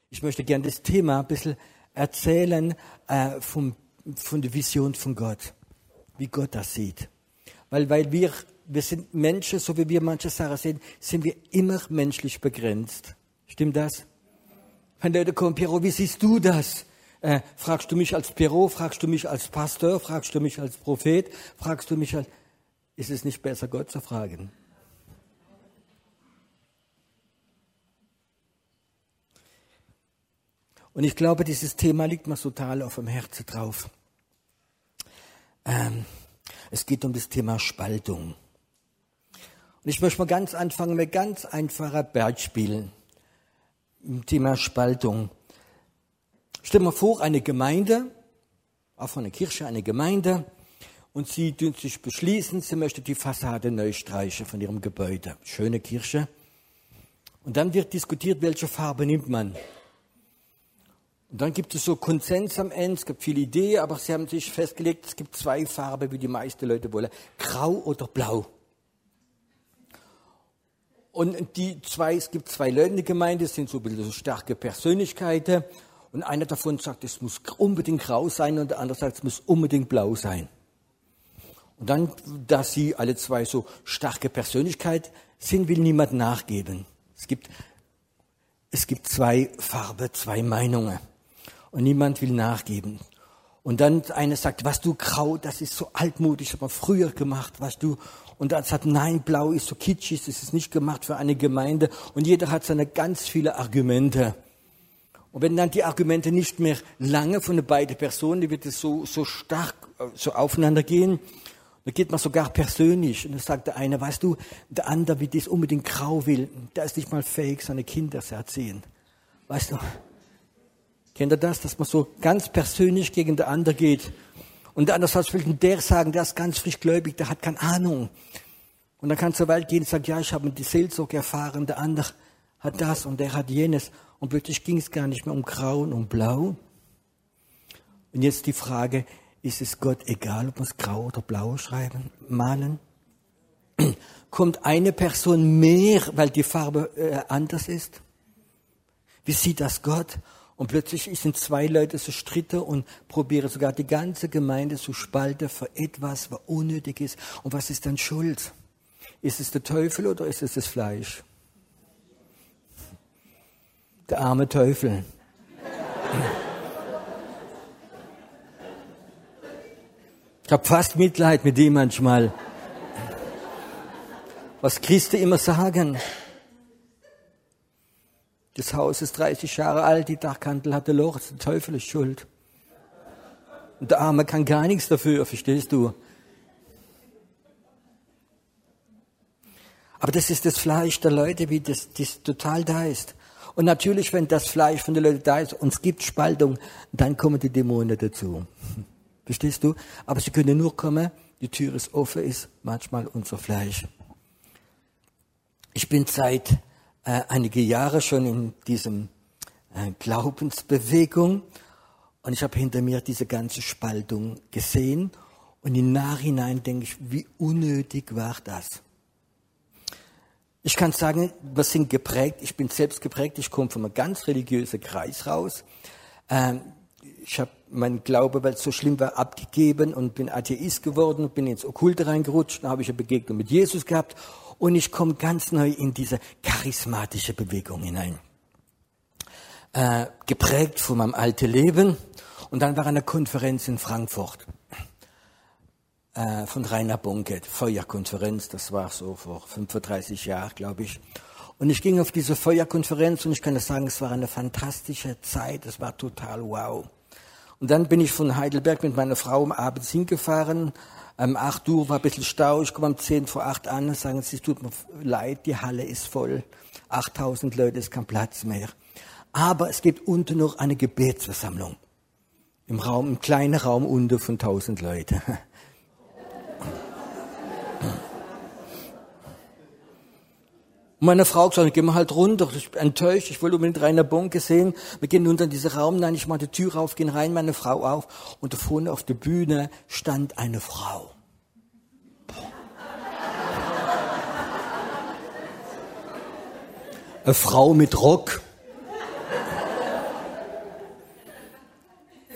Ich möchte gerne das Thema ein bisschen erzählen von der Vision von Gott, wie Gott das sieht. Weil wir sind Menschen, so wie wir manche Sachen sehen, sind wir immer menschlich begrenzt. Stimmt das? Wenn Leute kommen, Piero, wie siehst du das? Fragst du mich als Piero, fragst du mich als Pastor, fragst du mich als Prophet, fragst du mich als... Ist es nicht besser, Gott zu fragen? Und ich glaube, dieses Thema liegt mir total auf dem Herzen drauf. Es geht um das Thema Spaltung. Und ich möchte mal ganz anfangen mit ganz einfachen Beispielen. Im Thema Spaltung. Stell dir mal vor, eine Gemeinde, auch von einer Kirche, eine Gemeinde, und sie tun sich beschließen, sie möchte die Fassade neu streichen von ihrem Gebäude. Schöne Kirche. Und dann wird diskutiert, welche Farbe nimmt man. Und dann gibt es so Konsens am Ende, es gibt viele Ideen, aber sie haben sich festgelegt, es gibt 2 Farben, wie die meisten Leute wollen. Grau oder Blau. Und es gibt 2 Leute in der Gemeinde, das sind so ein bisschen so starke Persönlichkeiten. Und einer davon sagt, es muss unbedingt grau sein und der andere sagt, es muss unbedingt blau sein. Und dann, da sie alle 2 so starke Persönlichkeiten sind, will niemand nachgeben. Es gibt 2 Farben, 2 Meinungen. Und niemand will nachgeben. Und dann einer sagt, was du, grau, das ist so altmodisch, das hat man früher gemacht, weißt du. Und dann sagt, nein, blau ist so kitschig, das ist nicht gemacht für eine Gemeinde. Und jeder hat seine ganz viele Argumente. Und wenn dann die Argumente nicht mehr lange von den beiden Personen, die wird es so stark so aufeinander gehen, dann geht man sogar persönlich. Und dann sagt der eine, weißt du, der andere, wie das unbedingt grau will, der ist nicht mal fähig, seine Kinder zu erziehen. Weißt du, kennt ihr das, dass man so ganz persönlich gegen den anderen geht? Und der andere sagt, will der sagen, der ist ganz frisch gläubig, der hat keine Ahnung. Und dann kann es so weit gehen und sagt, ja, ich habe die Seelsorge erfahren, der andere hat das und der hat jenes. Und plötzlich ging es gar nicht mehr um Grau und um Blau. Und jetzt die Frage, ist es Gott egal, ob wir es grau oder blau malen? Kommt eine Person mehr, weil die Farbe anders ist? Wie sieht das Gott? Und plötzlich sind 2 Leute so Stritte und probieren sogar die ganze Gemeinde zu spalten für etwas, was unnötig ist. Und was ist dann Schuld? Ist es der Teufel oder ist es das Fleisch? Der arme Teufel. Ich habe fast Mitleid mit dem manchmal. Was Christen immer sagen. Das Haus ist 30 Jahre alt, die Dachkantel hatte Loch, der Teufel ist schuld. Und der Arme kann gar nichts dafür, verstehst du? Aber das ist das Fleisch der Leute, wie das total da ist. Und natürlich, wenn das Fleisch von den Leuten da ist und es gibt Spaltung, dann kommen die Dämonen dazu. Verstehst du? Aber sie können nur kommen, die Tür ist offen, ist manchmal unser Fleisch. Ich bin seit einige Jahre schon in diesem Glaubensbewegung und ich habe hinter mir diese ganze Spaltung gesehen und im Nachhinein denke ich, wie unnötig war das? Ich kann sagen, wir sind geprägt, ich bin selbst geprägt, ich komme von einem ganz religiösen Kreis raus. Ich habe meinen Glaube, weil es so schlimm war, abgegeben und bin Atheist geworden, bin ins Okkulte reingerutscht, dann habe ich eine Begegnung mit Jesus gehabt und ich komme ganz neu in diese charismatische Bewegung hinein. Geprägt von meinem alten Leben und dann war eine Konferenz in Frankfurt von Rainer Bonke, Feuerkonferenz, das war so vor 35 Jahren, glaube ich. Und ich ging auf diese Feuerkonferenz und ich kann sagen, es war eine fantastische Zeit, es war total wow. Und dann bin ich von Heidelberg mit meiner Frau abends hingefahren, 8 Uhr war ein bisschen Stau, ich komme um 10 vor 8 an und sagen, es tut mir leid, die Halle ist voll, 8000 Leute, ist kein Platz mehr. Aber es gibt unten noch eine Gebetsversammlung, im kleinen Raum unten von 1000 Leuten. Und meine Frau gesagt, gehen wir halt runter. Ich bin enttäuscht, ich wollte unbedingt Rainer Bonke sehen. Wir gehen unter in diesen Raum, nein, ich mache die Tür auf, gehen rein, meine Frau auf. Und da vorne auf der Bühne stand eine Frau. Eine Frau mit Rock.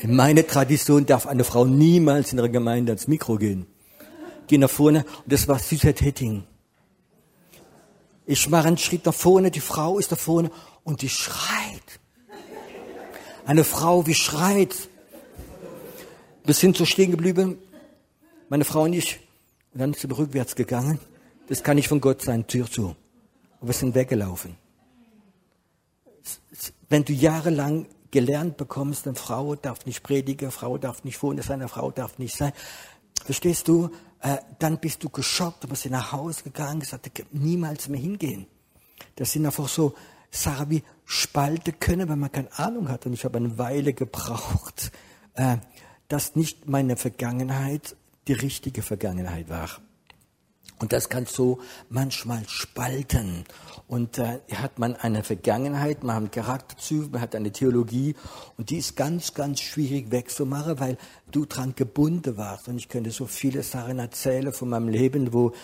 In meiner Tradition darf eine Frau niemals in ihrer Gemeinde ans Mikro gehen. Geh nach vorne. Und das war Süßheit Hetting. Ich mache einen Schritt nach vorne, die Frau ist da vorne und die schreit. Eine Frau, wie schreit. Wir sind so stehen geblieben, meine Frau und ich, und dann sind wir rückwärts gegangen. Das kann nicht von Gott sein, Tür zu. Und wir sind weggelaufen. Wenn du jahrelang gelernt bekommst, eine Frau darf nicht predigen, eine Frau darf nicht vorne sein, eine Frau darf nicht sein. Verstehst du? Dann bist du geschockt, aber sind nach Hause gegangen, gesagt, niemals mehr hingehen. Das sind einfach so Sachen wie Spalte können, wenn man keine Ahnung hat. Und ich habe eine Weile gebraucht, dass nicht meine Vergangenheit die richtige Vergangenheit war. Und das kann so manchmal spalten. Und hat man eine Vergangenheit, man hat einen Charakterzug, man hat eine Theologie. Und die ist ganz, ganz schwierig wegzumachen, weil du dran gebunden warst. Und ich könnte so viele Sachen erzählen von meinem Leben, wo,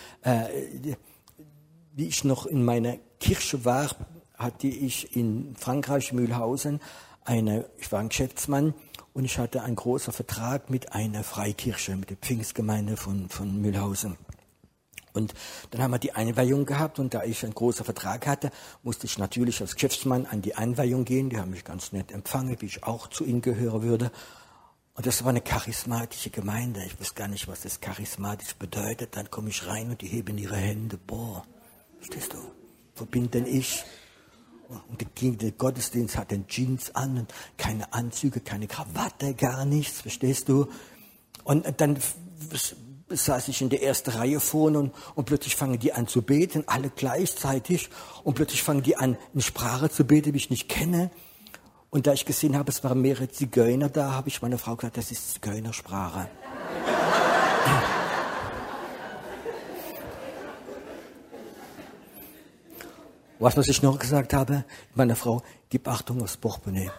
wie ich noch in meiner Kirche war, hatte ich in Frankreich, Mühlhausen, ich war ein Geschäftsmann und ich hatte einen großen Vertrag mit einer Freikirche, mit der Pfingstgemeinde von Mühlhausen. Und dann haben wir die Einweihung gehabt und da ich einen großen Vertrag hatte, musste ich natürlich als Geschäftsmann an die Einweihung gehen. Die haben mich ganz nett empfangen, wie ich auch zu ihnen gehören würde. Und das war eine charismatische Gemeinde. Ich wusste gar nicht, was das charismatisch bedeutet. Dann komme ich rein und die heben ihre Hände. Boah, verstehst du? Wo bin denn ich? Und der Gottesdienst hat den Jeans an und keine Anzüge, keine Krawatte, gar nichts, verstehst du? Und dann saß ich in der ersten Reihe vorne und plötzlich fangen die an zu beten, alle gleichzeitig. Und plötzlich fangen die an, in Sprache zu beten, die ich nicht kenne. Und da ich gesehen habe, es waren mehrere Zigeuner da, habe ich meiner Frau gesagt, das ist Zigeunersprache. Was ich noch gesagt habe, meiner Frau, gib Achtung aufs Portemonnaie.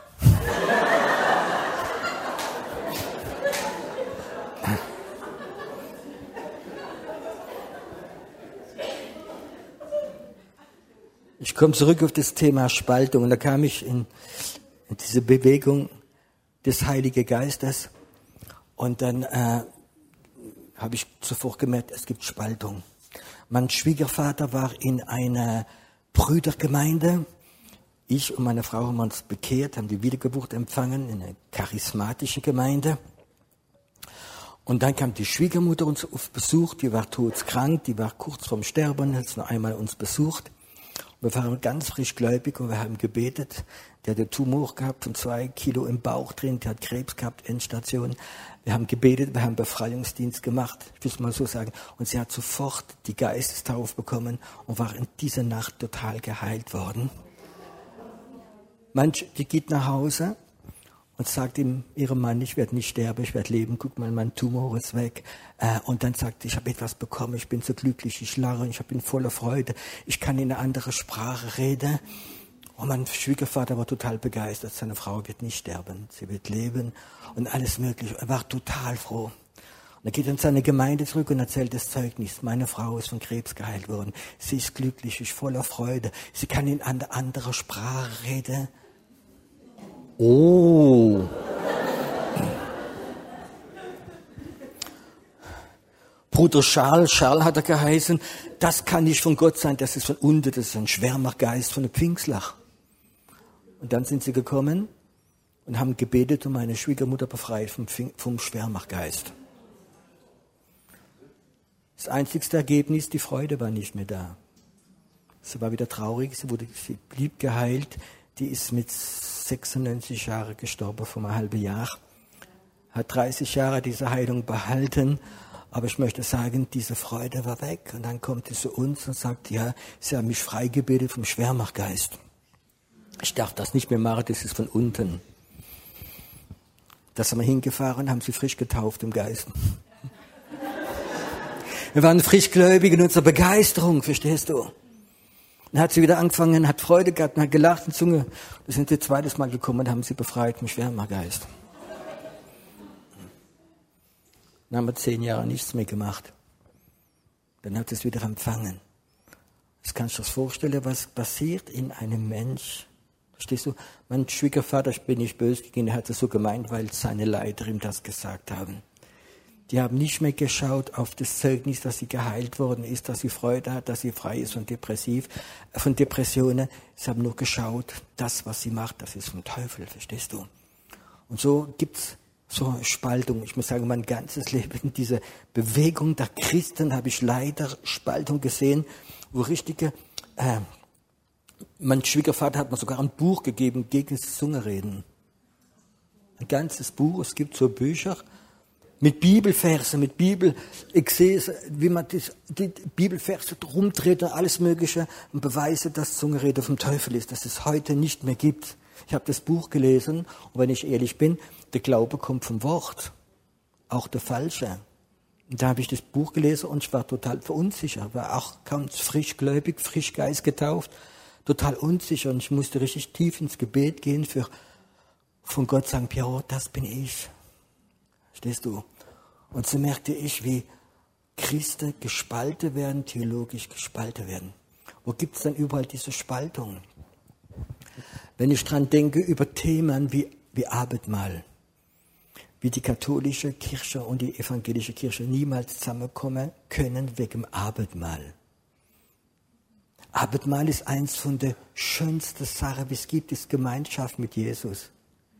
Ich komme zurück auf das Thema Spaltung und da kam ich in diese Bewegung des Heiligen Geistes und dann habe ich sofort gemerkt, es gibt Spaltung. Mein Schwiegervater war in einer Brüdergemeinde. Ich und meine Frau haben uns bekehrt, haben die Wiedergeburt empfangen in einer charismatischen Gemeinde. Und dann kam die Schwiegermutter uns auf Besuch, die war todskrank, die war kurz vorm Sterben, hat noch einmal uns besucht. Wir waren ganz frisch gläubig und wir haben gebetet. Der hat einen Tumor gehabt von 2 Kilo im Bauch drin, der hat Krebs gehabt, Endstation. Wir haben gebetet, wir haben Befreiungsdienst gemacht, ich will es mal so sagen. Und sie hat sofort die Geistestaufe bekommen und war in dieser Nacht total geheilt worden. Die geht nach Hause und sagt ihrem Mann, ich werde nicht sterben, ich werde leben, guck mal, mein Tumor ist weg. Und dann sagt sie, ich habe etwas bekommen, ich bin so glücklich, ich lache, ich bin voller Freude, ich kann in eine andere Sprache reden. Und mein Schwiegervater war total begeistert, seine Frau wird nicht sterben, sie wird leben und alles Mögliche. Er war total froh. Und er geht in seine Gemeinde zurück und erzählt das Zeugnis. Meine Frau ist von Krebs geheilt worden. Sie ist glücklich, ist voller Freude. Sie kann in eine andere Sprache reden. Oh. Bruder Charles hat er geheißen, das kann nicht von Gott sein, das ist von unten, das ist ein Schwärmergeist von der Pfingstlach. Und dann sind sie gekommen und haben gebetet und meine Schwiegermutter befreit vom Schwärmergeist. Das einzigste Ergebnis, die Freude war nicht mehr da. Sie war wieder traurig, sie blieb geheilt. Die ist mit 96 Jahren gestorben, vor einem halben Jahr. Hat 30 Jahre diese Heilung behalten. Aber ich möchte sagen, diese Freude war weg. Und dann kommt sie zu uns und sagt, ja, sie haben mich freigebetet vom Schwärmergeist. Ich darf das nicht mehr machen, das ist von unten. Da sind wir hingefahren, haben sie frisch getauft im Geist. Wir waren frischgläubig in unserer Begeisterung, verstehst du? Dann hat sie wieder angefangen, hat Freude gehabt und hat gelacht in Zunge. Da sind sie zweites Mal gekommen und haben sie befreit vom Schwärmergeist. Dann haben wir 10 Jahre nichts mehr gemacht. Dann hat sie es wieder empfangen. Jetzt kannst du dir vorstellen, was passiert in einem Mensch. Verstehst du? Mein Schwiegervater, ich bin nicht böse gegen ihn, er hat es so gemeint, weil seine Leiter ihm das gesagt haben. Die haben nicht mehr geschaut auf das Zeugnis, dass sie geheilt worden ist, dass sie Freude hat, dass sie frei ist von Depressionen. Sie haben nur geschaut, das, was sie macht, das ist vom Teufel, verstehst du? Und so gibt's so Spaltung. Ich muss sagen, mein ganzes Leben in dieser Bewegung der Christen habe ich leider Spaltung gesehen, wo richtige, mein Schwiegervater hat mir sogar ein Buch gegeben gegen das Zungereden. Ein ganzes Buch, es gibt so Bücher, mit Bibelverse, mit Bibelexese, wie man die Bibelverse rumdreht und alles Mögliche und Beweise, dass Zungenrede vom Teufel ist, dass es heute nicht mehr gibt. Ich habe das Buch gelesen und wenn ich ehrlich bin, der Glaube kommt vom Wort, auch der falsche. Und da habe ich das Buch gelesen und ich war total verunsichert, war auch ganz frischgläubig, frisch Geist getauft, total unsicher und ich musste richtig tief ins Gebet gehen von Gott sagen, Piero, das bin ich. Verstehst du? Und so merkte ich, wie Christen gespalten werden, theologisch gespalten werden. Wo gibt es denn überall diese Spaltung? Wenn ich dran denke, über Themen wie Abendmahl, wie die katholische Kirche und die evangelische Kirche niemals zusammenkommen können wegen dem Abendmahl. Abendmahl ist eins von der schönsten Sachen, wie es gibt, ist Gemeinschaft mit Jesus.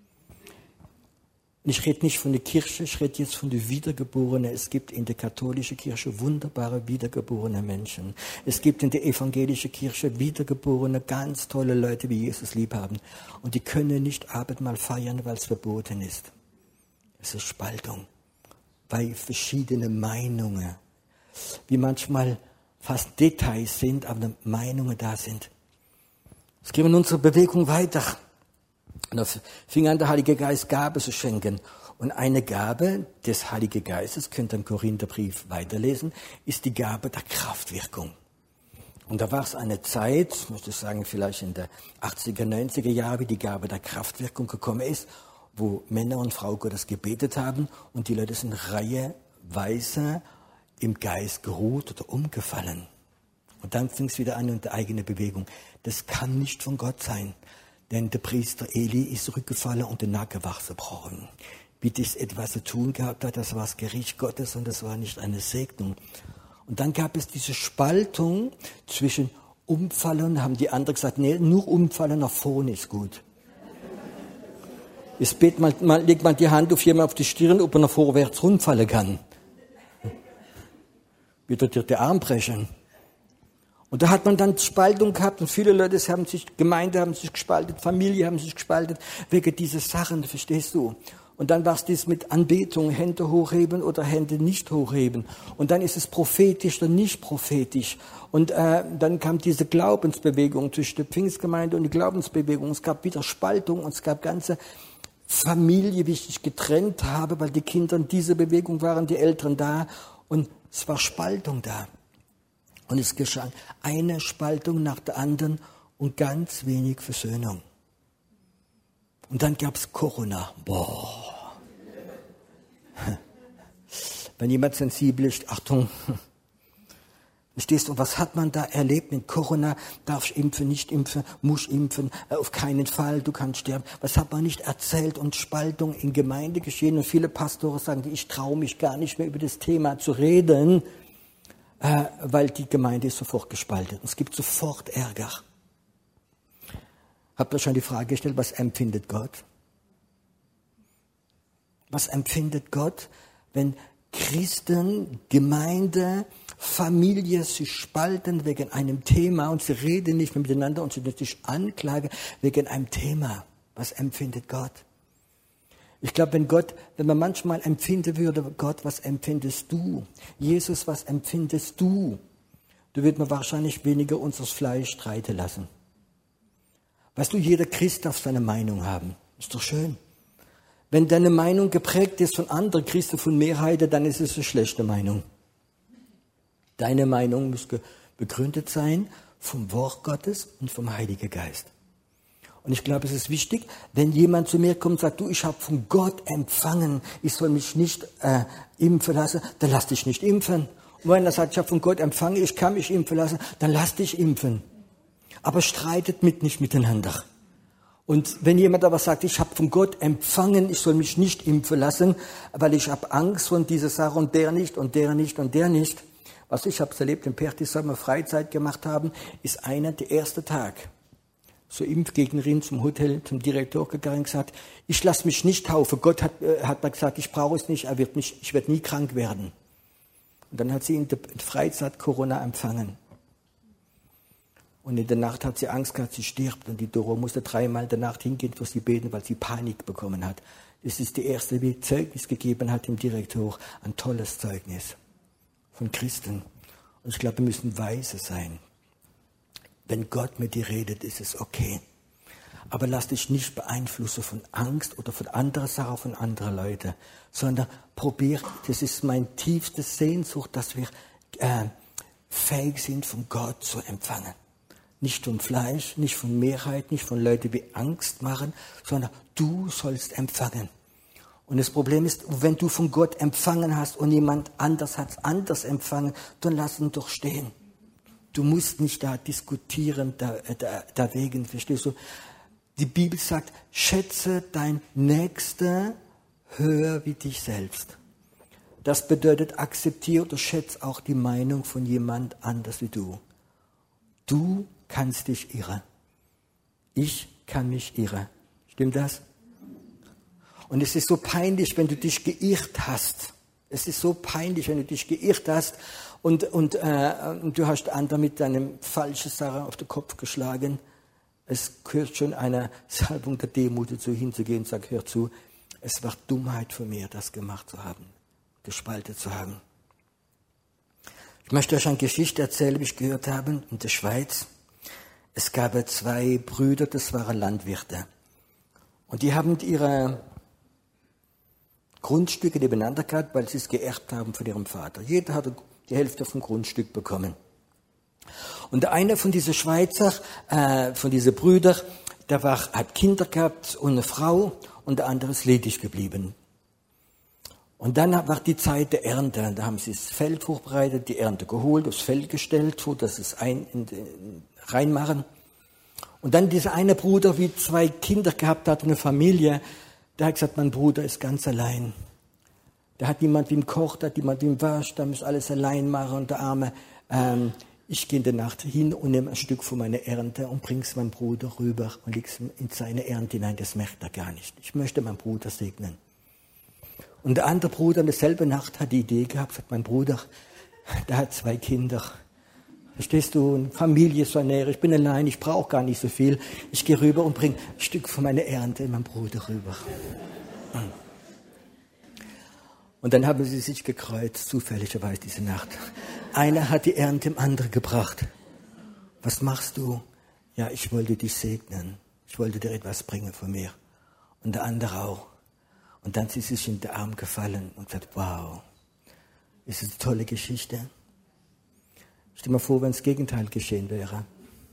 Ich rede nicht von der Kirche, ich rede jetzt von den Wiedergeborenen. Es gibt in der katholischen Kirche wunderbare wiedergeborene Menschen. Es gibt in der evangelischen Kirche wiedergeborene, ganz tolle Leute, die Jesus lieb haben. Und die können nicht Abendmahl feiern, weil es verboten ist. Es ist Spaltung. Bei verschiedenen Meinungen. Wie manchmal fast Details sind, aber Meinungen da sind. Es geht in unserer Bewegung weiter. Und da fing an, der Heilige Geist Gabe zu schenken. Und eine Gabe des Heiligen Geistes, könnt ihr im Korintherbrief weiterlesen, ist die Gabe der Kraftwirkung. Und da war es eine Zeit, ich möchte sagen, vielleicht in der 80er, 90er Jahre, wie die Gabe der Kraftwirkung gekommen ist, wo Männer und Frau Gottes gebetet haben und die Leute sind reiheweise im Geist geruht oder umgefallen. Und dann fing es wieder an in der eigenen Bewegung. Das kann nicht von Gott sein. Denn der Priester Eli ist zurückgefallen und den Nacken war zerbrochen. Wie das etwas zu tun gehabt hat, das war das Gericht Gottes und das war nicht eine Segnung. Und dann gab es diese Spaltung zwischen Umfallen, haben die anderen gesagt, nee, nur Umfallen nach vorne ist gut. Jetzt legt man die Hand auf jemanden auf die Stirn, ob er nach vorwärts rumfallen kann. Wieder der Arm brechen. Und da hat man dann Spaltung gehabt und viele Leute Gemeinde haben sich gespaltet, Familie haben sich gespaltet, wegen dieser Sachen, verstehst du? Und dann war es das mit Anbetung, Hände hochheben oder Hände nicht hochheben. Und dann ist es prophetisch oder nicht prophetisch. Und dann kam diese Glaubensbewegung zwischen der Pfingstgemeinde und der Glaubensbewegung. Es gab wieder Spaltung und es gab ganze Familie, wie ich dich getrennt habe, weil die Kinder in dieser Bewegung waren, die Eltern da. Und es war Spaltung da. Und es geschah eine Spaltung nach der anderen und ganz wenig Versöhnung. Und dann gab es Corona. Boah. Wenn jemand sensibel ist, Achtung. Verstehst du, was hat man da erlebt mit Corona? Darf ich impfen, nicht impfen, muss impfen, auf keinen Fall, du kannst sterben. Was hat man nicht erzählt und Spaltung in Gemeinde geschehen? Und viele Pastoren sagen, ich traue mich gar nicht mehr über das Thema zu reden. Weil die Gemeinde ist sofort gespalten. Es gibt sofort Ärger. Habt ihr schon die Frage gestellt, was empfindet Gott? Was empfindet Gott, wenn Christen, Gemeinde, Familie sich spalten wegen einem Thema und sie reden nicht mehr miteinander und sie sich anklagen wegen einem Thema? Was empfindet Gott? Ich glaube, wenn man manchmal empfinden würde, Gott, was empfindest du? Jesus, was empfindest du? Du würdest man wahrscheinlich weniger unseres Fleisch streiten lassen. Weißt du, jeder Christ darf seine Meinung haben. Ist doch schön. Wenn deine Meinung geprägt ist von anderen Christen, von Mehrheiten, dann ist es eine schlechte Meinung. Deine Meinung muss begründet sein vom Wort Gottes und vom Heiligen Geist. Und ich glaube, es ist wichtig, wenn jemand zu mir kommt und sagt, du, ich habe von Gott empfangen, ich soll mich nicht impfen lassen, dann lass dich nicht impfen. Und wenn er sagt, ich habe von Gott empfangen, ich kann mich impfen lassen, dann lass dich impfen. Aber streitet nicht miteinander. Und wenn jemand aber sagt, ich habe von Gott empfangen, ich soll mich nicht impfen lassen, weil ich habe Angst von dieser Sache und der nicht und der nicht und der nicht. Was ich habe erlebt, in Pertis, wenn wir Freizeit gemacht haben, ist einer der erste Tag zur Impfgegnerin zum Hotel, zum Direktor gegangen und gesagt, ich lasse mich nicht taufen. Gott hat mir gesagt, ich brauche es nicht, ich werde nie krank werden. Und dann hat sie in der Freizeit Corona empfangen. Und in der Nacht hat sie Angst gehabt, sie stirbt. Und die Doro musste 3-mal in der Nacht hingehen für sie beten, weil sie Panik bekommen hat. Das ist die erste, die Zeugnis gegeben hat im Direktor. Ein tolles Zeugnis von Christen. Und ich glaube, wir müssen weise sein. Wenn Gott mit dir redet, ist es okay. Aber lass dich nicht beeinflussen von Angst oder von anderen Sachen, von anderen Leuten. Sondern probier, das ist meine tiefste Sehnsucht, dass wir fähig sind, von Gott zu empfangen. Nicht vom Fleisch, nicht von Mehrheit, nicht von Leuten, die Angst machen, sondern du sollst empfangen. Und das Problem ist, wenn du von Gott empfangen hast und jemand anders hat es anders empfangen, dann lass ihn doch stehen. Du musst nicht da diskutieren, dagegen, verstehst du? Die Bibel sagt, schätze dein Nächster höher wie dich selbst. Das bedeutet, akzeptiere oder schätze auch die Meinung von jemand anders wie du. Du kannst dich irren. Ich kann mich irren. Stimmt das? Und es ist so peinlich, wenn du dich geirrt hast. Es ist so peinlich, wenn du dich geirrt hast und du hast anderen mit deinem falschen Sache auf den Kopf geschlagen. Es gehört schon einer Salbung der Demut dazu, hinzugehen und sagen, hör zu, es war Dummheit von mir, das gemacht zu haben, gespalten zu haben. Ich möchte euch eine Geschichte erzählen, die ich gehört habe in der Schweiz. Es gab 2 Brüder, das waren Landwirte. Und die haben ihre Grundstücke nebeneinander gehabt, weil sie es geerbt haben von ihrem Vater. Jeder hatte die Hälfte vom Grundstück bekommen. Und einer von diesen Schweizer, von diesen Brüdern, hat Kinder gehabt und eine Frau und der andere ist ledig geblieben. Und dann war die Zeit der Ernte. Da haben sie das Feld vorbereitet, die Ernte geholt, aufs Feld gestellt, so dass es reinmachen. Und dann dieser eine Bruder, wie 2 Kinder gehabt hat, eine Familie, der hat gesagt, mein Bruder ist ganz allein. Der hat niemand wie ihm kocht, hat niemand wie ihm wascht, der muss alles allein machen und der Arme. Ich gehe in der Nacht hin und nehme ein Stück von meiner Ernte und bringe es meinem Bruder rüber und lege es in seine Ernte hinein. Das möchte er gar nicht. Ich möchte meinen Bruder segnen. Und der andere Bruder in derselben Nacht hat die Idee gehabt, sagt, mein Bruder, der hat 2 Kinder. Verstehst du, eine Familie zu ernähren, ich bin allein, ich brauche gar nicht so viel. Ich gehe rüber und bringe ein Stück von meiner Ernte in meinen Bruder rüber. Und dann haben sie sich gekreuzt, zufälligerweise diese Nacht. Einer hat die Ernte dem anderen gebracht. Was machst du? Ja, ich wollte dich segnen. Ich wollte dir etwas bringen von mir. Und der andere auch. Und dann sind sie sich in den Arm gefallen und gesagt, wow, ist das eine tolle Geschichte. Stell dir mal vor, wenn das Gegenteil geschehen wäre.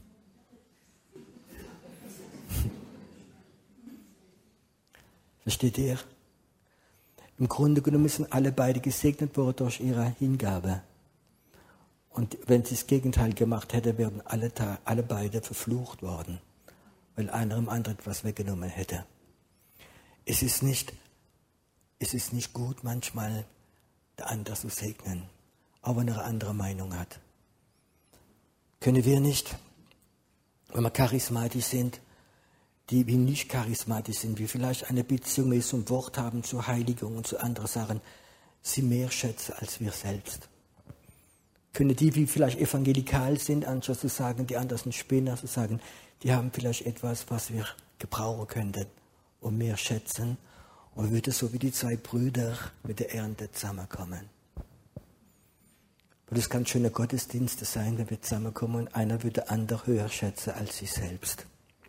Versteht ihr? Im Grunde genommen sind alle beide gesegnet worden durch ihre Hingabe. Und wenn sie das Gegenteil gemacht hätte, wären alle beide verflucht worden, weil einer dem anderen etwas weggenommen hätte. Es ist nicht gut, manchmal der andere zu segnen, auch wenn er eine andere Meinung hat. Können wir nicht, wenn wir charismatisch sind, die wie nicht charismatisch sind, wie vielleicht eine Beziehung mit zum Wort haben, zur Heiligung und zu anderen Sachen, sie mehr schätzen als wir selbst. Können die, wie vielleicht evangelikal sind, anstatt zu sagen, die anderen sind Spinner, zu sagen, die haben vielleicht etwas, was wir gebrauchen könnten und mehr schätzen. Und würde so wie die 2 Brüder mit der Ernte zusammenkommen. Und es kann schöne Gottesdienste sein, wenn wir zusammenkommen und einer würde den anderen höher schätzen als sich selbst.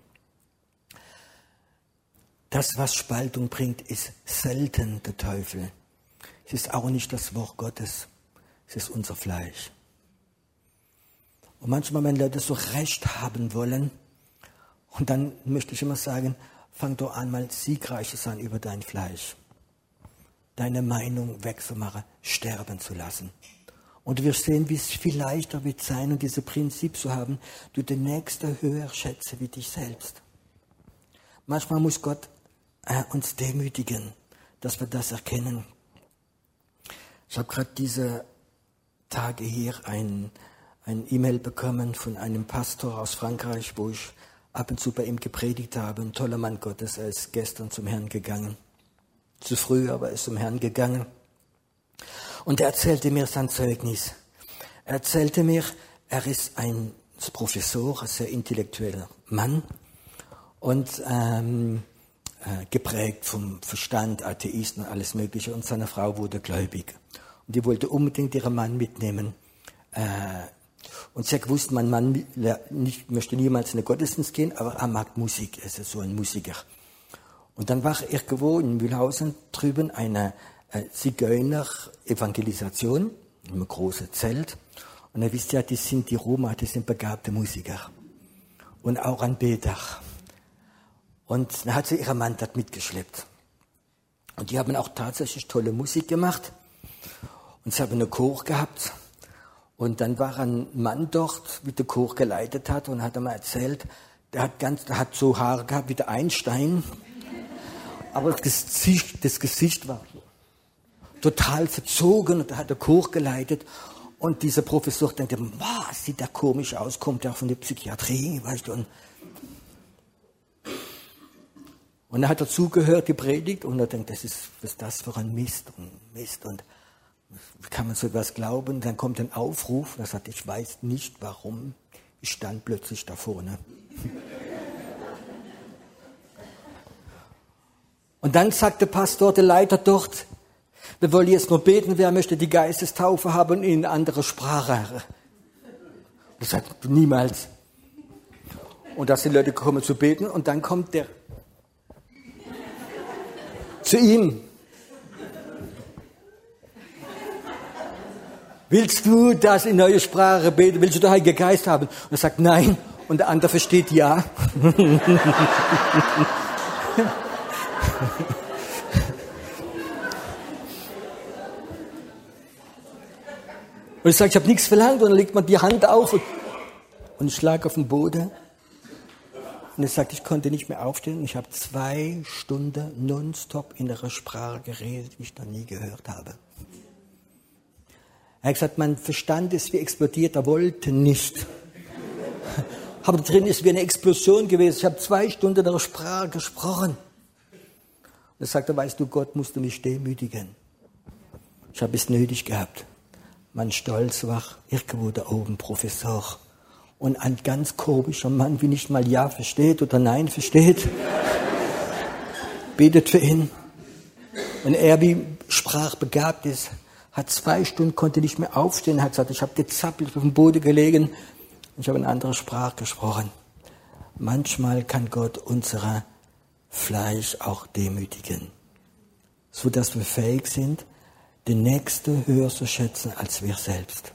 Das, was Spaltung bringt, ist selten der Teufel. Es ist auch nicht das Wort Gottes. Es ist unser Fleisch. Und manchmal, wenn Leute so Recht haben wollen, und dann möchte ich immer sagen, fang doch an, mal siegreich zu sein über dein Fleisch. Deine Meinung wegzumachen, sterben zu lassen. Und wir sehen, wie es viel leichter wird sein, und dieses Prinzip zu haben, du den Nächsten höher schätze wie dich selbst. Manchmal muss Gott uns demütigen, dass wir das erkennen. Ich habe gerade diese Tage hier ein E-Mail bekommen von einem Pastor aus Frankreich, wo ich ab und zu bei ihm gepredigt habe. Ein toller Mann Gottes, er ist gestern zum Herrn gegangen. Zu früh, aber er ist zum Herrn gegangen. Und er erzählte mir sein Zeugnis. Er erzählte mir, er ist ein Professor, ein sehr intellektueller Mann und geprägt vom Verstand, Atheisten und alles Mögliche. Und seine Frau wurde gläubig. Und die wollte unbedingt ihren Mann mitnehmen. Und sie hat gewusst, mein Mann möchte niemals in den Gottesdienst gehen, aber er mag Musik, er ist so ein Musiker. Und dann war irgendwo in Mühlhausen drüben eine Zigeuner-Evangelisation, ein großes Zelt. Und ihr wisst ja, die Roma, die sind begabte Musiker. Und auch Anbeter. Und dann hat sie ihren Mann dort mitgeschleppt. Und die haben auch tatsächlich tolle Musik gemacht. Und sie haben einen Chor gehabt. Und dann war ein Mann dort, wie der Chor geleitet hat, und hat einmal erzählt, der hat so Haare gehabt wie der Einstein. Aber das Gesicht war total verzogen, und da hat der Chor geleitet. Und dieser Professor denkt, was sieht der komisch aus, kommt ja von der Psychiatrie, weißt du. Und er hat dazugehört, die Predigt, und er denkt, was ist das für ein Mist und wie kann man so etwas glauben? Und dann kommt ein Aufruf, und er sagt, ich weiß nicht warum, ich stand plötzlich da vorne. Und dann sagt der Pastor, der Leiter dort, wir wollen jetzt nur beten, wer möchte die Geistestaufe haben in andere Sprache. Und er sagt, niemals. Und dass die Leute kommen zu beten, und dann kommt der zu ihm. Willst du das in neue Sprache beten? Willst du den Heiligen Geist haben? Und er sagt, nein. Und der andere versteht ja. Und ich sage, ich habe nichts verlangt. Und dann legt man die Hand auf und ich lag auf dem Boden. Und er sagt, ich konnte nicht mehr aufstehen. Und ich habe 2 Stunden nonstop in einer Sprache geredet, die ich noch nie gehört habe. Er hat gesagt, mein Verstand ist wie explodiert, er wollte nicht. Aber drin ist wie eine Explosion gewesen. Ich habe 2 Stunden in einer Sprache gesprochen. Und er sagte, weißt du, Gott musste mich demütigen. Ich habe es nötig gehabt. Mein Stolz war irgendwo da oben Professor. Und ein ganz komischer Mann, wie nicht mal Ja versteht oder Nein versteht, betet für ihn. Und er, wie sprachbegabt ist, hat 2 Stunden, konnte nicht mehr aufstehen, hat gesagt, ich habe gezappelt, auf dem Boden gelegen und ich habe eine andere Sprache gesprochen. Manchmal kann Gott unser Fleisch auch demütigen, so dass wir fähig sind, den Nächsten höher zu schätzen als wir selbst.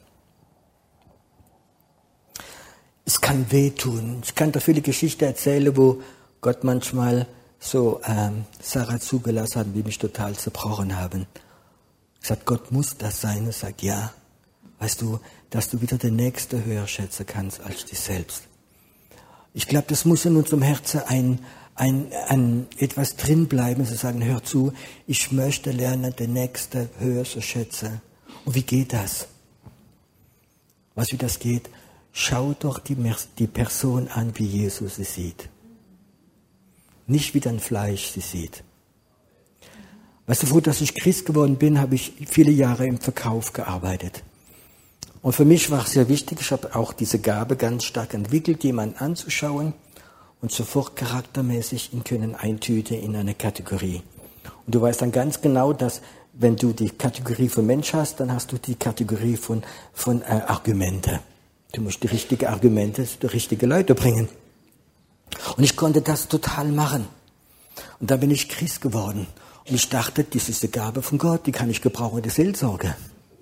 Es kann wehtun. Ich kann da viele Geschichten erzählen, wo Gott manchmal so Sarah zugelassen hat, die mich total zerbrochen haben. Ich sage, Gott muss das sein. Er sagt, ja. Weißt du, dass du wieder den Nächsten höher schätzen kannst als dich selbst. Ich glaube, das muss in unserem Herzen ein etwas drin bleiben, zu sagen, hör zu, ich möchte lernen, den Nächsten höher zu schätzen. Und wie geht das? Wie das geht? Schau doch die Person an, wie Jesus sie sieht. Nicht wie dein Fleisch sie sieht. Weißt du, bevor dass ich Christ geworden bin, habe ich viele Jahre im Verkauf gearbeitet. Und für mich war es sehr wichtig, ich habe auch diese Gabe ganz stark entwickelt, jemanden anzuschauen und sofort charaktermäßig ihn können eintüten in eine Kategorie. Und du weißt dann ganz genau, dass wenn du die Kategorie von Mensch hast, dann hast du die Kategorie von Argumente. Du musst die richtigen Argumente zu den richtigen Leuten bringen. Und ich konnte das total machen. Und dann bin ich Christ geworden. Und ich dachte, das ist eine Gabe von Gott, die kann ich gebrauchen in der Seelsorge.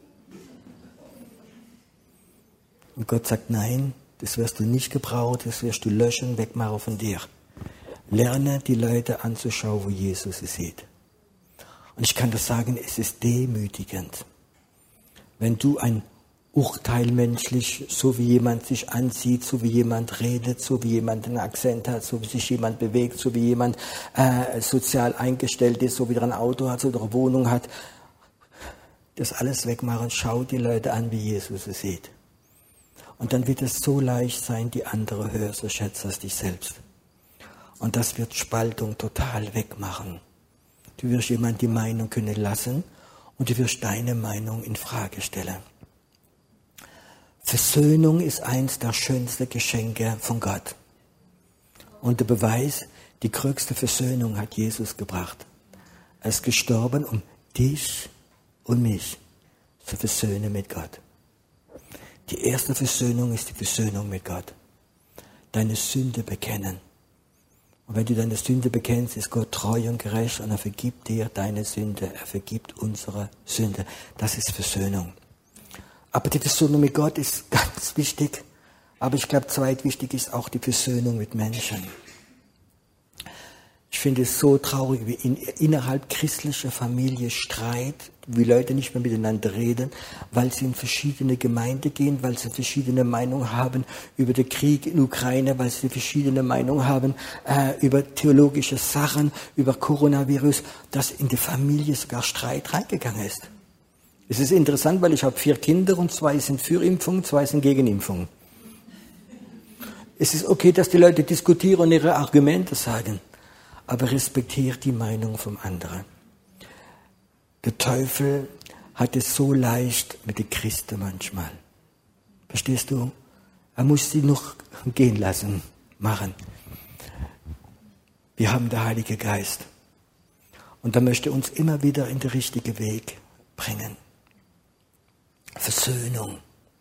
Und Gott sagt, nein, das wirst du nicht gebrauchen, das wirst du löschen, wegmachen von dir. Lerne die Leute anzuschauen, wo Jesus sie sieht. Und ich kann das sagen, es ist demütigend. Wenn du ein Urteil menschlich, so wie jemand sich anzieht, so wie jemand redet, so wie jemand einen Akzent hat, so wie sich jemand bewegt, so wie jemand sozial eingestellt ist, so wie er ein Auto hat oder eine Wohnung hat. Das alles wegmachen, schau die Leute an, wie Jesus es sieht. Und dann wird es so leicht sein, die andere höher zu schätzen als dich selbst. Und das wird Spaltung total wegmachen. Du wirst jemand die Meinung können lassen und du wirst deine Meinung in Frage stellen. Versöhnung ist eins der schönsten Geschenke von Gott. Und der Beweis, die größte Versöhnung hat Jesus gebracht. Er ist gestorben, um dich und mich zu versöhnen mit Gott. Die erste Versöhnung ist die Versöhnung mit Gott. Deine Sünde bekennen. Und wenn du deine Sünde bekennst, ist Gott treu und gerecht und er vergibt dir deine Sünde. Er vergibt unsere Sünde. Das ist Versöhnung. Aber die Versöhnung mit Gott ist ganz wichtig. Aber ich glaube, zweitwichtig ist auch die Versöhnung mit Menschen. Ich finde es so traurig, wie innerhalb christlicher Familie Streit, wie Leute nicht mehr miteinander reden, weil sie in verschiedene Gemeinden gehen, weil sie verschiedene Meinungen haben über den Krieg in Ukraine, weil sie verschiedene Meinungen haben über theologische Sachen, über Coronavirus, dass in die Familie sogar Streit reingegangen ist. Es ist interessant, weil ich habe 4 Kinder und 2 sind für Impfung, 2 sind gegen Impfung. Es ist okay, dass die Leute diskutieren und ihre Argumente sagen. Aber respektiert die Meinung vom anderen. Der Teufel hat es so leicht mit den Christen manchmal. Verstehst du? Er muss sie noch gehen lassen, machen. Wir haben den Heiligen Geist. Und er möchte uns immer wieder in den richtigen Weg bringen. Versöhnung.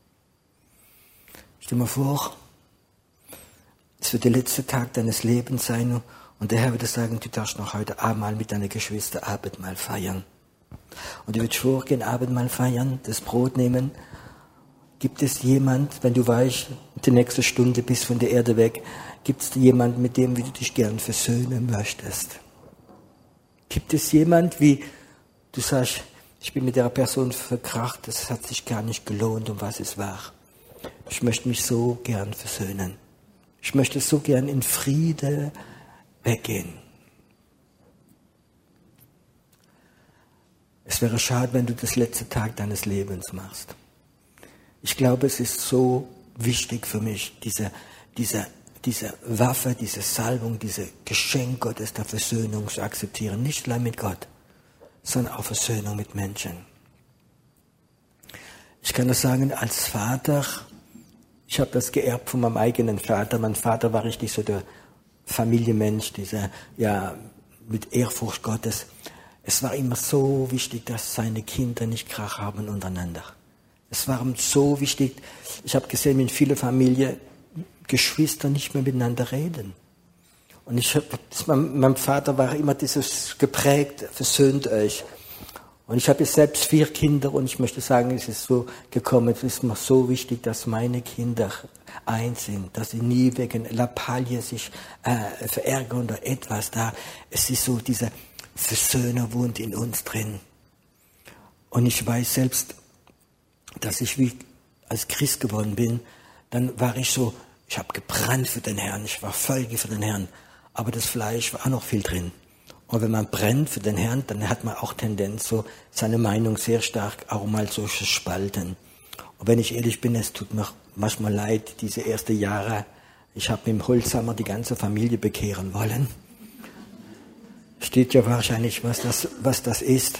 Stell dir mal vor, es wird der letzte Tag deines Lebens sein und der Herr würde sagen, du darfst noch heute Abendmahl mit deiner Geschwister Abendmahl feiern. Und du würdest vorgehen, Abendmahl feiern, das Brot nehmen. Gibt es jemand, wenn du weißt, die nächste Stunde bist von der Erde weg, gibt es jemand, mit dem du dich gern versöhnen möchtest? Gibt es jemand, wie du sagst, ich bin mit der Person verkracht, das hat sich gar nicht gelohnt, um was es war. Ich möchte mich so gern versöhnen. Ich möchte so gern in Friede weggehen. Es wäre schade, wenn du das letzte Tag deines Lebens machst. Ich glaube, es ist so wichtig für mich, diese Waffe, diese Salbung, diese Geschenk Gottes der Versöhnung zu akzeptieren. Nicht allein mit Gott, sondern auch Versöhnung mit Menschen. Ich kann das sagen, als Vater, ich habe das geerbt von meinem eigenen Vater. Mein Vater war richtig so der Familienmensch, dieser, mit Ehrfurcht Gottes. Es war immer so wichtig, dass seine Kinder nicht Krach haben untereinander. Es war ihm so wichtig. Ich habe gesehen, in vielen Familien Geschwister nicht mehr miteinander reden. Und mein Vater war immer dieses geprägt, versöhnt euch. Und ich habe jetzt selbst 4 Kinder und ich möchte sagen, es ist so gekommen, es ist mir so wichtig, dass meine Kinder eins sind, dass sie nie wegen Lappalie sich verärgern oder etwas da. Es ist so, dieser Versöhner wohnt in uns drin. Und ich weiß selbst, dass ich wie als Christ geworden bin, dann war ich so, ich habe gebrannt für den Herrn, ich war Folge für den Herrn, aber das Fleisch war auch noch viel drin. Und wenn man brennt für den Herrn, dann hat man auch Tendenz, so seine Meinung sehr stark auch mal so zu spalten. Und wenn ich ehrlich bin, es tut mir manchmal leid, diese ersten Jahre, ich habe mit dem Holzhammer die ganze Familie bekehren wollen. Steht ja wahrscheinlich, was das ist.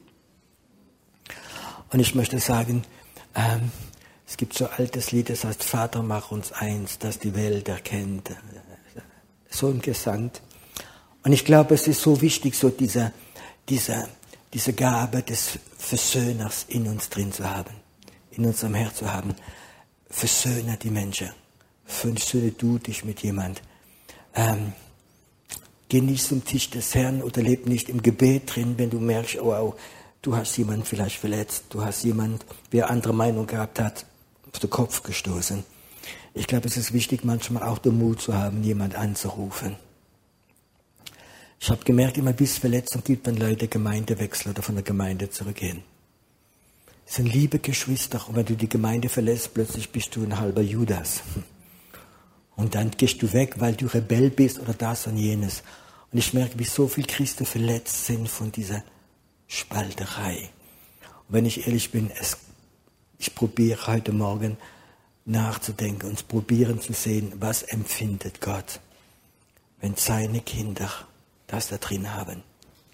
Und ich möchte sagen, es gibt so ein altes Lied, das heißt, Vater, mach uns eins, das die Welt erkennt. So ein Gesang. Und ich glaube, es ist so wichtig, so diese Gabe des Versöhners in uns drin zu haben, in unserem Herz zu haben. Versöhne die Menschen. Versöhne du dich mit jemand. Geh nicht zum Tisch des Herrn oder leb nicht im Gebet drin, wenn du merkst, oh, du hast jemanden vielleicht verletzt, du hast jemanden, wer andere Meinung gehabt hat, auf den Kopf gestoßen. Ich glaube, es ist wichtig, manchmal auch den Mut zu haben, jemanden anzurufen. Ich habe gemerkt, immer bis es Verletzung gibt, wenn Leute Gemeinde wechseln oder von der Gemeinde zurückgehen. Es sind liebe Geschwister. Und wenn du die Gemeinde verlässt, plötzlich bist du ein halber Judas. Und dann gehst du weg, weil du Rebell bist oder das und jenes. Und ich merke, wie so viele Christen verletzt sind von dieser Spalterei. Und wenn ich ehrlich bin, ich probiere heute Morgen nachzudenken und probieren zu sehen, was empfindet Gott, wenn seine Kinder das da drin haben.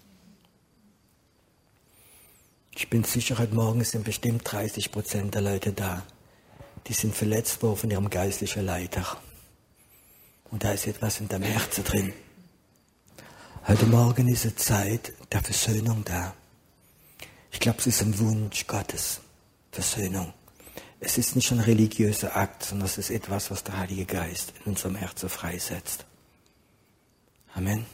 Ich bin sicher, heute Morgen sind bestimmt 30% der Leute da, die sind verletzt worden von ihrem geistlichen Leiter. Und da ist etwas in deinem Herzen drin. Heute Morgen ist eine Zeit der Versöhnung da. Ich glaube, es ist ein Wunsch Gottes, Versöhnung. Es ist nicht ein religiöser Akt, sondern es ist etwas, was der Heilige Geist in unserem Herzen freisetzt. Amen.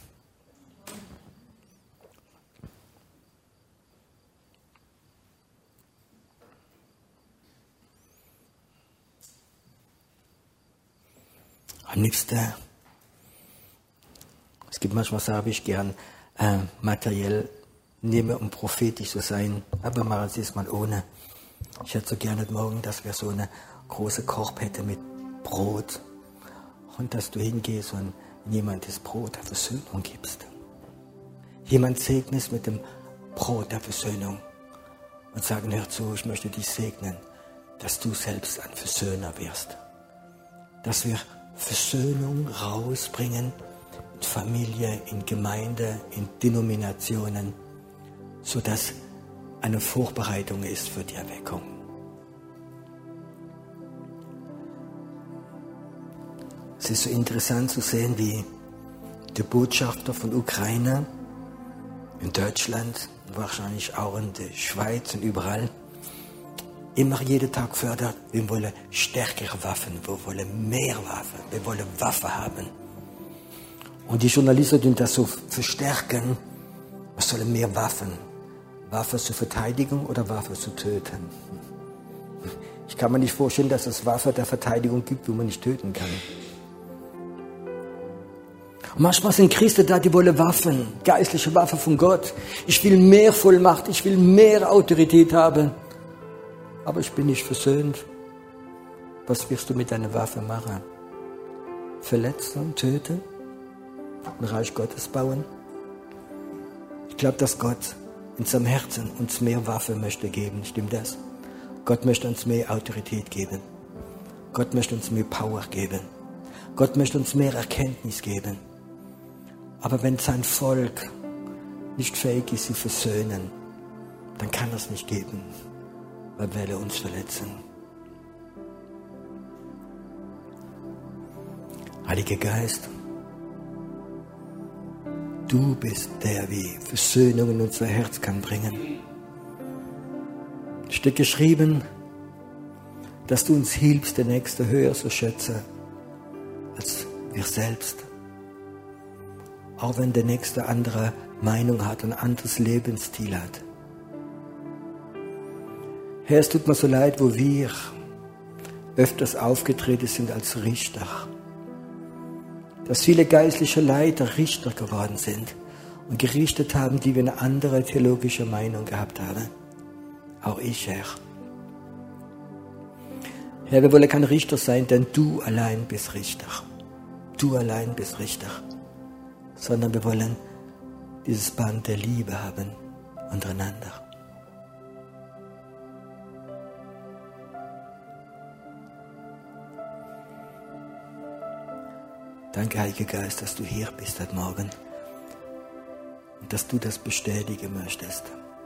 Am liebsten, es gibt manchmal, sage ich gern, materiell nehmen, um prophetisch zu sein, aber machen Sie es mal ohne. Ich hätte so gerne morgen, dass wir so eine große Korb hätten mit Brot und dass du hingehst und jemand das Brot der Versöhnung gibst. Jemand segnest mit dem Brot der Versöhnung und sagen, hör zu, ich möchte dich segnen, dass du selbst ein Versöhner wirst. Dass wir Versöhnung rausbringen in Familie, in Gemeinde, in Denominationen, sodass eine Vorbereitung ist für die Erweckung. Es ist so interessant zu sehen, wie der Botschafter von Ukraine in Deutschland, wahrscheinlich auch in der Schweiz und überall, immer jeden Tag fördert, wir wollen stärkere Waffen, wir wollen mehr Waffen, wir wollen Waffen haben. Und die Journalisten tun das so verstärken, wir sollen mehr Waffen. Waffen zur Verteidigung oder Waffen zu töten. Ich kann mir nicht vorstellen, dass es Waffen der Verteidigung gibt, wo man nicht töten kann. Und manchmal sind Christen da, die wollen Waffen, geistliche Waffen von Gott. Ich will mehr Vollmacht, ich will mehr Autorität haben. Aber ich bin nicht versöhnt. Was wirst du mit deiner Waffe machen? Verletzen, töten? Ein Reich Gottes bauen? Ich glaube, dass Gott in seinem Herzen uns mehr Waffe möchte geben. Stimmt das? Gott möchte uns mehr Autorität geben. Gott möchte uns mehr Power geben. Gott möchte uns mehr Erkenntnis geben. Aber wenn sein Volk nicht fähig ist, sie versöhnen, dann kann er es nicht geben. Weil wir uns verletzen. Heiliger Geist, du bist der, wie Versöhnung in unser Herz kann bringen. Es steht geschrieben, dass du uns hilfst, den Nächsten höher zu schätzen als wir selbst. Auch wenn der Nächste andere Meinung hat, ein anderes Lebensstil hat. Herr, es tut mir so leid, wo wir öfters aufgetreten sind als Richter. Dass viele geistliche Leiter Richter geworden sind und gerichtet haben, die wir eine andere theologische Meinung gehabt haben. Auch ich, Herr. Herr, wir wollen kein Richter sein, denn du allein bist Richter. Du allein bist Richter. Sondern wir wollen dieses Band der Liebe haben untereinander. Danke, Heiliger Geist, dass du hier bist heute Morgen und dass du das bestätigen möchtest.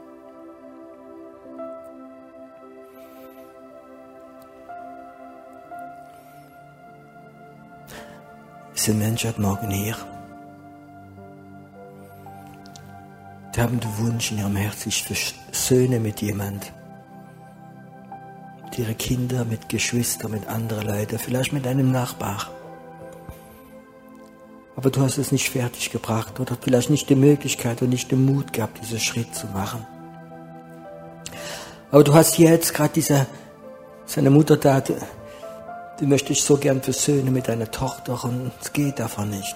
Es sind Menschen heute Morgen hier, die haben den Wunsch in ihrem Herzen, sich versöhnen mit jemand. Mit ihren Kindern, mit Geschwistern, mit anderen Leuten, vielleicht mit einem Nachbar. Aber du hast es nicht fertig gebracht oder vielleicht nicht die Möglichkeit und nicht den Mut gehabt, diesen Schritt zu machen. Aber du hast jetzt gerade seine Mutter da, die möchte ich so gern versöhnen mit deiner Tochter und es geht davon nicht.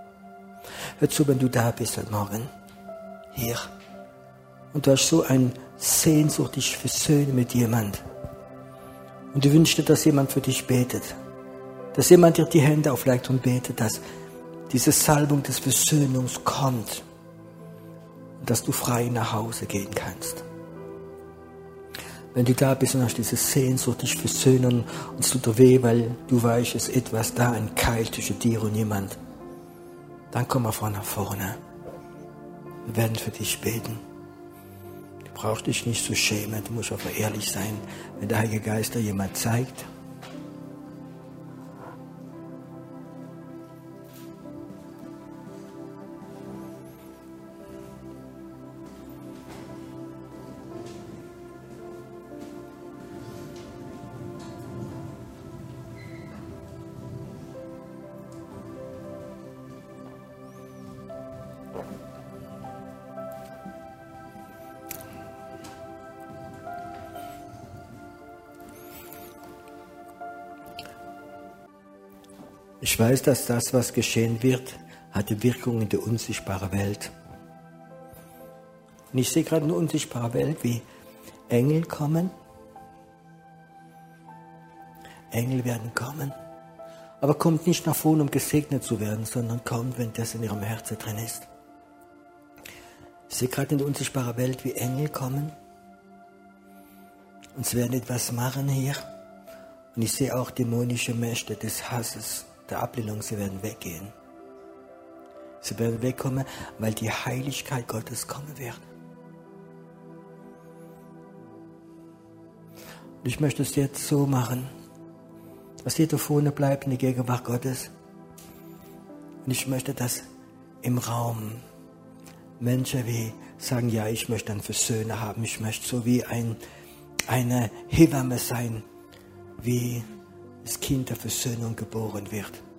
Hör zu, wenn du da bist heute Morgen, hier, und du hast so ein Sehnsucht, dich versöhnen mit jemand. Und du wünschst dir, dass jemand für dich betet. Dass jemand dir die Hände auflegt und betet, dass diese Salbung des Versöhnungs kommt. Und dass du frei nach Hause gehen kannst. Wenn du da bist und hast diese Sehnsucht, dich versöhnen und es tut dir weh, weil du weißt, es ist etwas da, ein Keil zwischen dir und jemand, dann komm mal nach vorne. Wir werden für dich beten. Du brauchst dich nicht zu schämen, du musst aber ehrlich sein, wenn der Heilige Geist dir jemand zeigt. Ich weiß, dass das, was geschehen wird, hatte Wirkung in der unsichtbaren Welt. Und ich sehe gerade eine unsichtbare Welt, wie Engel kommen. Engel werden kommen. Aber kommt nicht nach vorne, um gesegnet zu werden, sondern kommt, wenn das in ihrem Herzen drin ist. Ich sehe gerade in der unsichtbaren Welt, wie Engel kommen. Und sie werden etwas machen hier. Und ich sehe auch dämonische Mächte des Hasses, der Ablehnung, sie werden weggehen. Sie werden wegkommen, weil die Heiligkeit Gottes kommen wird. Und ich möchte es jetzt so machen, dass jeder vorne bleibt in der Gegenwart Gottes. Und ich möchte, dass im Raum Menschen wie sagen, ja, ich möchte einen Versöhner haben. Ich möchte so wie eine Hebamme sein, wie das Kind der Versöhnung geboren wird.